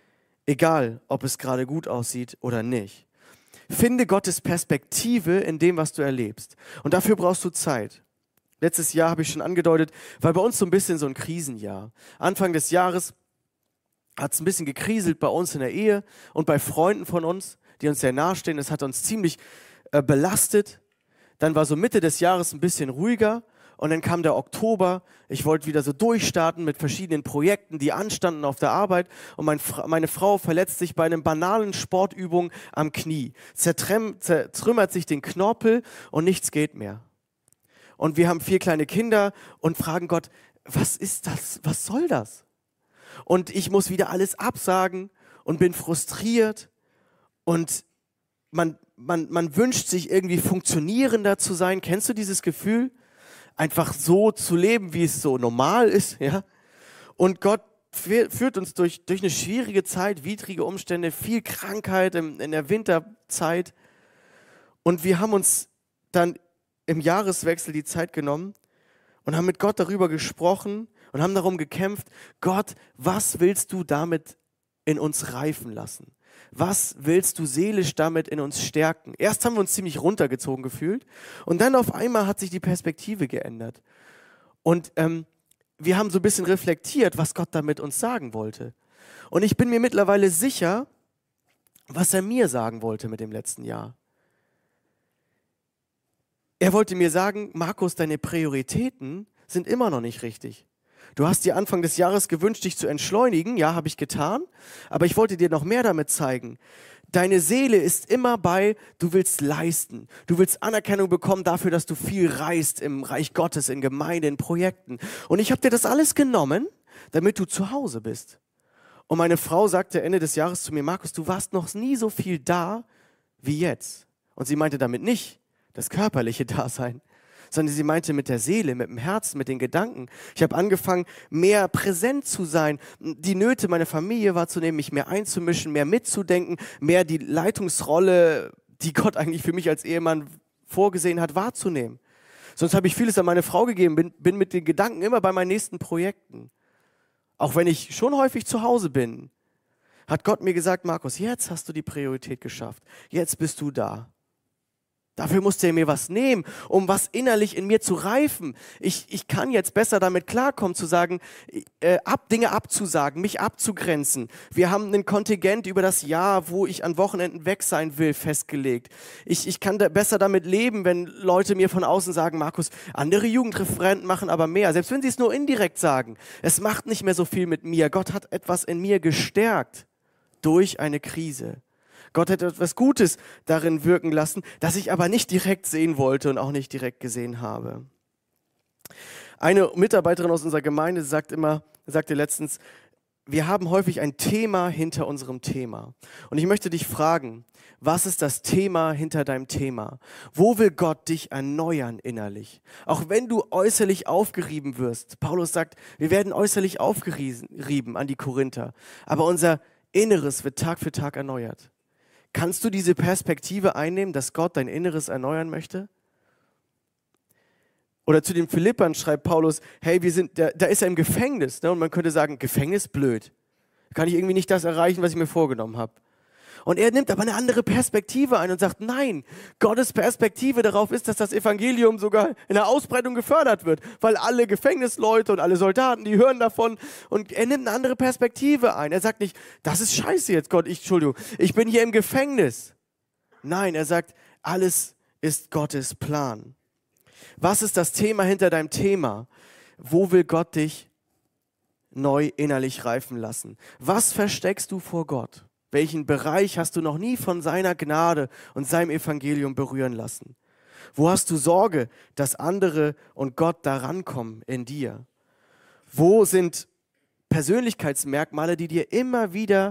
Egal, ob es gerade gut aussieht oder nicht. Finde Gottes Perspektive in dem, was du erlebst. Und dafür brauchst du Zeit. Letztes Jahr habe ich schon angedeutet, war bei uns so ein bisschen so ein Krisenjahr. Anfang des Jahres hat es ein bisschen gekriselt bei uns in der Ehe und bei Freunden von uns, die uns sehr nahestehen. Es hat uns ziemlich belastet. Dann war so Mitte des Jahres ein bisschen ruhiger und dann kam der Oktober. Ich wollte wieder so durchstarten mit verschiedenen Projekten, die anstanden auf der Arbeit. Und meine Frau verletzt sich bei einer banalen Sportübung am Knie, zertrümmert sich den Knorpel und nichts geht mehr. Und wir haben 4 kleine Kinder und fragen Gott, was ist das? Was soll das? Und ich muss wieder alles absagen und bin frustriert. Und man wünscht sich irgendwie funktionierender zu sein. Kennst du dieses Gefühl? Einfach so zu leben, wie es so normal ist. Ja? Und Gott führt uns durch eine schwierige Zeit, widrige Umstände, viel Krankheit in der Winterzeit. Und wir haben uns dann im Jahreswechsel die Zeit genommen und haben mit Gott darüber gesprochen und haben darum gekämpft, Gott, was willst du damit in uns reifen lassen? Was willst du seelisch damit in uns stärken? Erst haben wir uns ziemlich runtergezogen gefühlt und dann auf einmal hat sich die Perspektive geändert. Und wir haben so ein bisschen reflektiert, was Gott damit uns sagen wollte. Und ich bin mir mittlerweile sicher, was er mir sagen wollte mit dem letzten Jahr. Er wollte mir sagen, Markus, deine Prioritäten sind immer noch nicht richtig. Du hast dir Anfang des Jahres gewünscht, dich zu entschleunigen. Ja, habe ich getan. Aber ich wollte dir noch mehr damit zeigen. Deine Seele ist immer bei, du willst leisten. Du willst Anerkennung bekommen dafür, dass du viel reist im Reich Gottes, in Gemeinden, in Projekten. Und ich habe dir das alles genommen, damit du zu Hause bist. Und meine Frau sagte Ende des Jahres zu mir, Markus, du warst noch nie so viel da wie jetzt. Und sie meinte damit nicht das körperliche Dasein, sondern sie meinte mit der Seele, mit dem Herzen, mit den Gedanken. Ich habe angefangen, mehr präsent zu sein, die Nöte meiner Familie wahrzunehmen, mich mehr einzumischen, mehr mitzudenken, mehr die Leitungsrolle, die Gott eigentlich für mich als Ehemann vorgesehen hat, wahrzunehmen. Sonst habe ich vieles an meine Frau gegeben, bin mit den Gedanken immer bei meinen nächsten Projekten. Auch wenn ich schon häufig zu Hause bin, hat Gott mir gesagt, Markus, jetzt hast du die Priorität geschafft, jetzt bist du da. Dafür musste er mir was nehmen, um was innerlich in mir zu reifen. Ich kann jetzt besser damit klarkommen, zu sagen, Dinge abzusagen, mich abzugrenzen. Wir haben einen Kontingent über das Jahr, wo ich an Wochenenden weg sein will, festgelegt. Ich kann besser damit leben, wenn Leute mir von außen sagen, Markus, andere Jugendreferenten machen aber mehr. Selbst wenn sie es nur indirekt sagen. Es macht nicht mehr so viel mit mir. Gott hat etwas in mir gestärkt durch eine Krise. Gott hat etwas Gutes darin wirken lassen, das ich aber nicht direkt sehen wollte und auch nicht direkt gesehen habe. Eine Mitarbeiterin aus unserer Gemeinde sagte letztens, wir haben häufig ein Thema hinter unserem Thema. Und ich möchte dich fragen, was ist das Thema hinter deinem Thema? Wo will Gott dich erneuern innerlich? Auch wenn du äußerlich aufgerieben wirst. Paulus sagt, wir werden äußerlich aufgerieben an die Korinther. Aber unser Inneres wird Tag für Tag erneuert. Kannst du diese Perspektive einnehmen, dass Gott dein Inneres erneuern möchte? Oder zu den Philippern schreibt Paulus, hey, da ist er im Gefängnis. Ne? Und man könnte sagen, Gefängnis, blöd. Kann ich irgendwie nicht das erreichen, was ich mir vorgenommen habe. Und er nimmt aber eine andere Perspektive ein und sagt, nein, Gottes Perspektive darauf ist, dass das Evangelium sogar in der Ausbreitung gefördert wird. Weil alle Gefängnisleute und alle Soldaten, die hören davon. Und er nimmt eine andere Perspektive ein. Er sagt nicht, das ist scheiße jetzt, Gott, Entschuldigung, ich bin hier im Gefängnis. Nein, er sagt, alles ist Gottes Plan. Was ist das Thema hinter deinem Thema? Wo will Gott dich neu innerlich reifen lassen? Was versteckst du vor Gott? Welchen Bereich hast du noch nie von seiner Gnade und seinem Evangelium berühren lassen? Wo hast du Sorge, dass andere und Gott da rankommen in dir? Wo sind Persönlichkeitsmerkmale, die dir immer wieder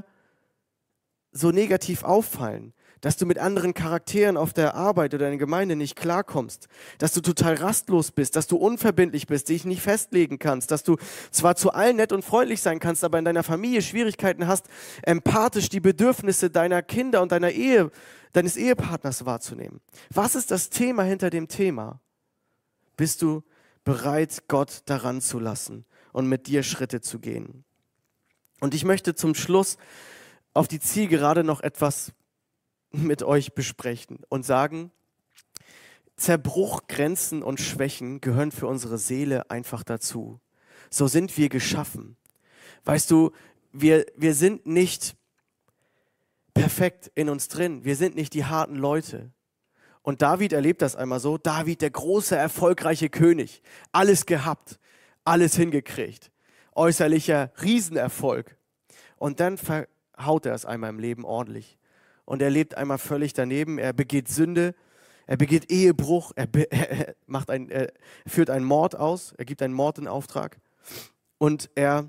so negativ auffallen? Dass du mit anderen Charakteren auf der Arbeit oder in der Gemeinde nicht klarkommst, dass du total rastlos bist, dass du unverbindlich bist, dich nicht festlegen kannst, dass du zwar zu allen nett und freundlich sein kannst, aber in deiner Familie Schwierigkeiten hast, empathisch die Bedürfnisse deiner Kinder und deines Ehepartners wahrzunehmen. Was ist das Thema hinter dem Thema? Bist du bereit, Gott daran zu lassen und mit dir Schritte zu gehen? Und ich möchte zum Schluss auf die Zielgerade noch etwas mit euch besprechen und sagen, Zerbruch, Grenzen und Schwächen gehören für unsere Seele einfach dazu. So sind wir geschaffen. Weißt du, wir sind nicht perfekt in uns drin. Wir sind nicht die harten Leute. Und David erlebt das einmal so. David, der große, erfolgreiche König. Alles gehabt, alles hingekriegt. Äußerlicher Riesenerfolg. Und dann verhaut er es einmal im Leben ordentlich. Und er lebt einmal völlig daneben, er begeht Sünde, er begeht Ehebruch, er führt einen Mord aus, er gibt einen Mord in Auftrag und er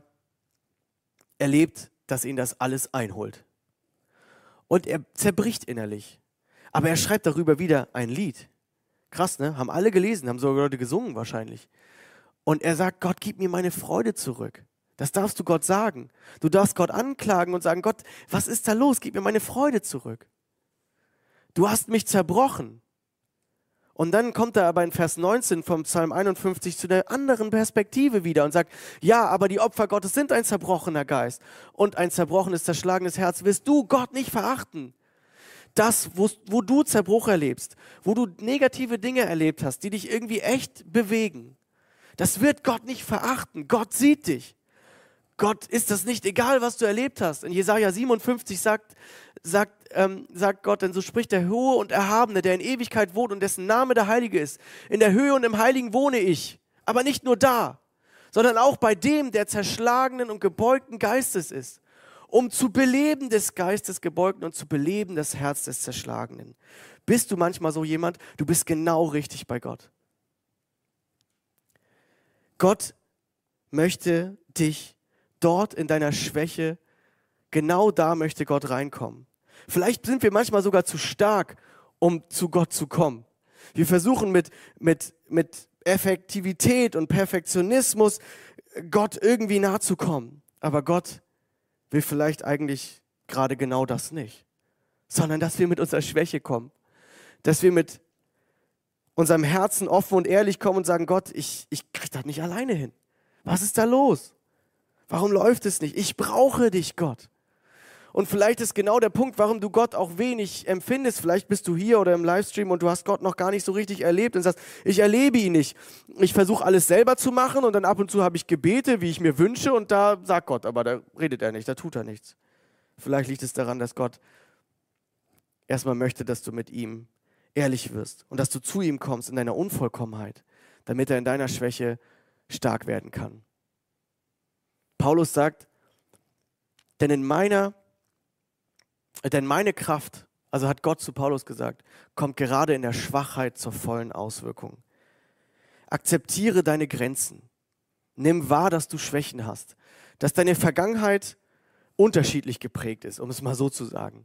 erlebt, dass ihn das alles einholt. Und er zerbricht innerlich, aber er schreibt darüber wieder ein Lied. Krass, ne? Haben alle gelesen, haben sogar Leute gesungen wahrscheinlich. Und er sagt, Gott, gib mir meine Freude zurück. Das darfst du Gott sagen. Du darfst Gott anklagen und sagen, Gott, was ist da los? Gib mir meine Freude zurück. Du hast mich zerbrochen. Und dann kommt er aber in Vers 19 vom Psalm 51 zu der anderen Perspektive wieder und sagt, ja, aber die Opfer Gottes sind ein zerbrochener Geist und ein zerbrochenes, zerschlagenes Herz wirst du Gott nicht verachten. Das, wo du Zerbruch erlebst, wo du negative Dinge erlebt hast, die dich irgendwie echt bewegen, das wird Gott nicht verachten. Gott sieht dich. Gott ist das nicht egal, was du erlebt hast. In Jesaja 57 sagt Gott, denn so spricht der Hohe und Erhabene, der in Ewigkeit wohnt und dessen Name der Heilige ist. In der Höhe und im Heiligen wohne ich. Aber nicht nur da, sondern auch bei dem, der zerschlagenen und gebeugten Geistes ist, um zu beleben des Geistes Gebeugten und zu beleben das Herz des Zerschlagenen. Bist du manchmal so jemand? Du bist genau richtig bei Gott. Gott möchte dich dort in deiner Schwäche, genau da möchte Gott reinkommen. Vielleicht sind wir manchmal sogar zu stark, um zu Gott zu kommen. Wir versuchen mit Effektivität und Perfektionismus Gott irgendwie nahe zu kommen. Aber Gott will vielleicht eigentlich gerade genau das nicht. Sondern, dass wir mit unserer Schwäche kommen. Dass wir mit unserem Herzen offen und ehrlich kommen und sagen, Gott, ich kriege das nicht alleine hin. Was ist da los? Warum läuft es nicht? Ich brauche dich, Gott. Und vielleicht ist genau der Punkt, warum du Gott auch wenig empfindest. Vielleicht bist du hier oder im Livestream und du hast Gott noch gar nicht so richtig erlebt und sagst, ich erlebe ihn nicht. Ich versuche alles selber zu machen und dann ab und zu habe ich Gebete, wie ich mir wünsche und da sagt Gott, aber da redet er nicht, da tut er nichts. Vielleicht liegt es daran, dass Gott erstmal möchte, dass du mit ihm ehrlich wirst und dass du zu ihm kommst in deiner Unvollkommenheit, damit er in deiner Schwäche stark werden kann. Paulus sagt, denn meine Kraft, also hat Gott zu Paulus gesagt, kommt gerade in der Schwachheit zur vollen Auswirkung. Akzeptiere deine Grenzen. Nimm wahr, dass du Schwächen hast. dass deine Vergangenheit unterschiedlich geprägt ist, um es mal so zu sagen.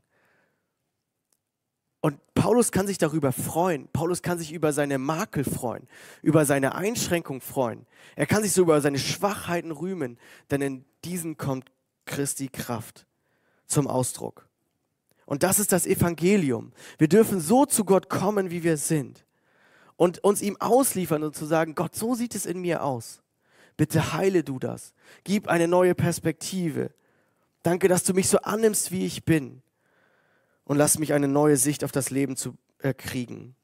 Und Paulus kann sich darüber freuen. Paulus kann sich über seine Makel freuen, über seine Einschränkung freuen. Er kann sich so über seine Schwachheiten rühmen, denn in diesen kommt Christi Kraft zum Ausdruck. Und das ist das Evangelium. Wir dürfen so zu Gott kommen, wie wir sind und uns ihm ausliefern und zu sagen, Gott, so sieht es in mir aus. Bitte heile du das. Gib eine neue Perspektive. Danke, dass du mich so annimmst, wie ich bin. Und lass mich eine neue Sicht auf das Leben kriegen.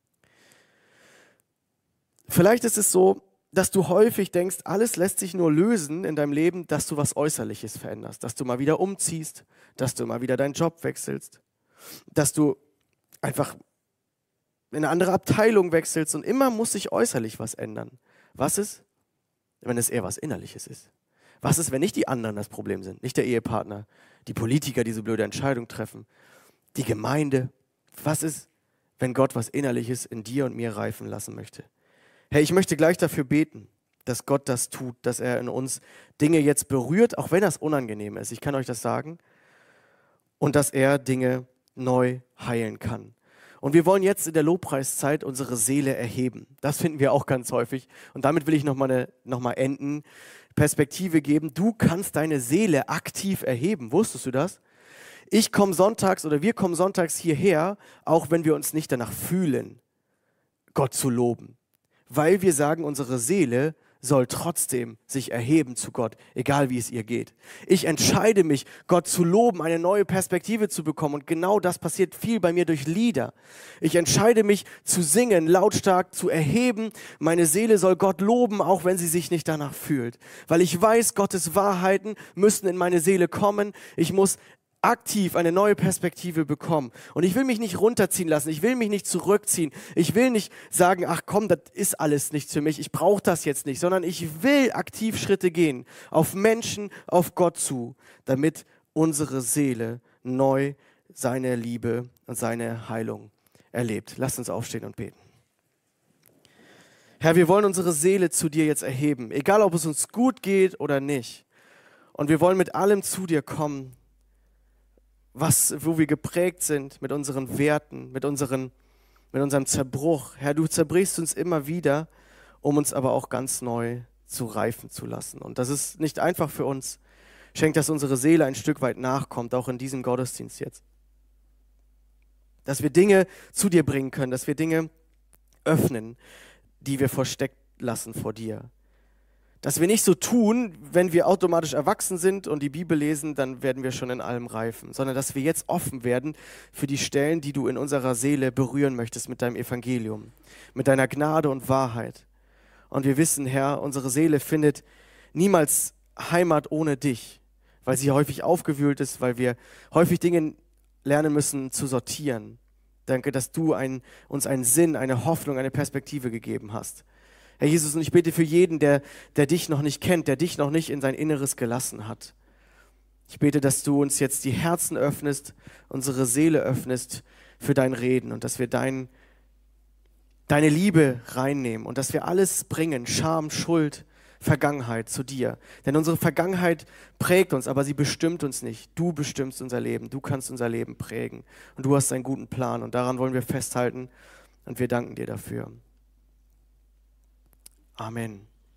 Vielleicht ist es so, dass du häufig denkst, alles lässt sich nur lösen in deinem Leben, dass du was Äußerliches veränderst. Dass du mal wieder umziehst, dass du mal wieder deinen Job wechselst, dass du einfach in eine andere Abteilung wechselst und immer muss sich äußerlich was ändern. Was ist, wenn es eher was Innerliches ist? Was ist, wenn nicht die anderen das Problem sind, nicht der Ehepartner, die Politiker, die so blöde Entscheidungen treffen, die Gemeinde? Was ist, wenn Gott was Innerliches in dir und mir reifen lassen möchte? Hey, ich möchte gleich dafür beten, dass Gott das tut, dass er in uns Dinge jetzt berührt, auch wenn das unangenehm ist. Ich kann euch das sagen. Und dass er Dinge neu heilen kann. Und wir wollen jetzt in der Lobpreiszeit unsere Seele erheben. Das finden wir auch ganz häufig. Und damit will ich noch mal enden, Perspektive geben. Du kannst deine Seele aktiv erheben. Wusstest du das? Wir kommen sonntags hierher, auch wenn wir uns nicht danach fühlen, Gott zu loben. Weil wir sagen, unsere Seele soll trotzdem sich erheben zu Gott, egal wie es ihr geht. Ich entscheide mich, Gott zu loben, eine neue Perspektive zu bekommen. Und genau das passiert viel bei mir durch Lieder. Ich entscheide mich zu singen, lautstark zu erheben. Meine Seele soll Gott loben, auch wenn sie sich nicht danach fühlt. Weil ich weiß, Gottes Wahrheiten müssen in meine Seele kommen. Ich muss aktiv eine neue Perspektive bekommen. Und ich will mich nicht runterziehen lassen, ich will mich nicht zurückziehen, ich will nicht sagen, ach komm, das ist alles nichts für mich, ich brauche das jetzt nicht, sondern ich will aktiv Schritte gehen, auf Menschen, auf Gott zu, damit unsere Seele neu seine Liebe und seine Heilung erlebt. Lasst uns aufstehen und beten. Herr, wir wollen unsere Seele zu dir jetzt erheben, egal ob es uns gut geht oder nicht. Und wir wollen mit allem zu dir kommen, wo wir geprägt sind mit unseren Werten, mit unserem Zerbruch. Herr, du zerbrichst uns immer wieder, um uns aber auch ganz neu zu reifen zu lassen. Und das ist nicht einfach für uns. Schenk, dass unsere Seele ein Stück weit nachkommt, auch in diesem Gottesdienst jetzt. Dass wir Dinge zu dir bringen können, dass wir Dinge öffnen, die wir versteckt lassen vor dir. Dass wir nicht so tun, wenn wir automatisch erwachsen sind und die Bibel lesen, dann werden wir schon in allem reifen, sondern dass wir jetzt offen werden für die Stellen, die du in unserer Seele berühren möchtest mit deinem Evangelium, mit deiner Gnade und Wahrheit. Und wir wissen, Herr, unsere Seele findet niemals Heimat ohne dich, weil sie häufig aufgewühlt ist, weil wir häufig Dinge lernen müssen zu sortieren. Danke, dass du uns einen Sinn, eine Hoffnung, eine Perspektive gegeben hast. Herr Jesus, und ich bete für jeden, der dich noch nicht kennt, der dich noch nicht in sein Inneres gelassen hat. Ich bete, dass du uns jetzt die Herzen öffnest, unsere Seele öffnest für dein Reden und dass wir deine Liebe reinnehmen und dass wir alles bringen, Scham, Schuld, Vergangenheit zu dir. Denn unsere Vergangenheit prägt uns, aber sie bestimmt uns nicht. Du bestimmst unser Leben, du kannst unser Leben prägen und du hast einen guten Plan und daran wollen wir festhalten und wir danken dir dafür. Amen.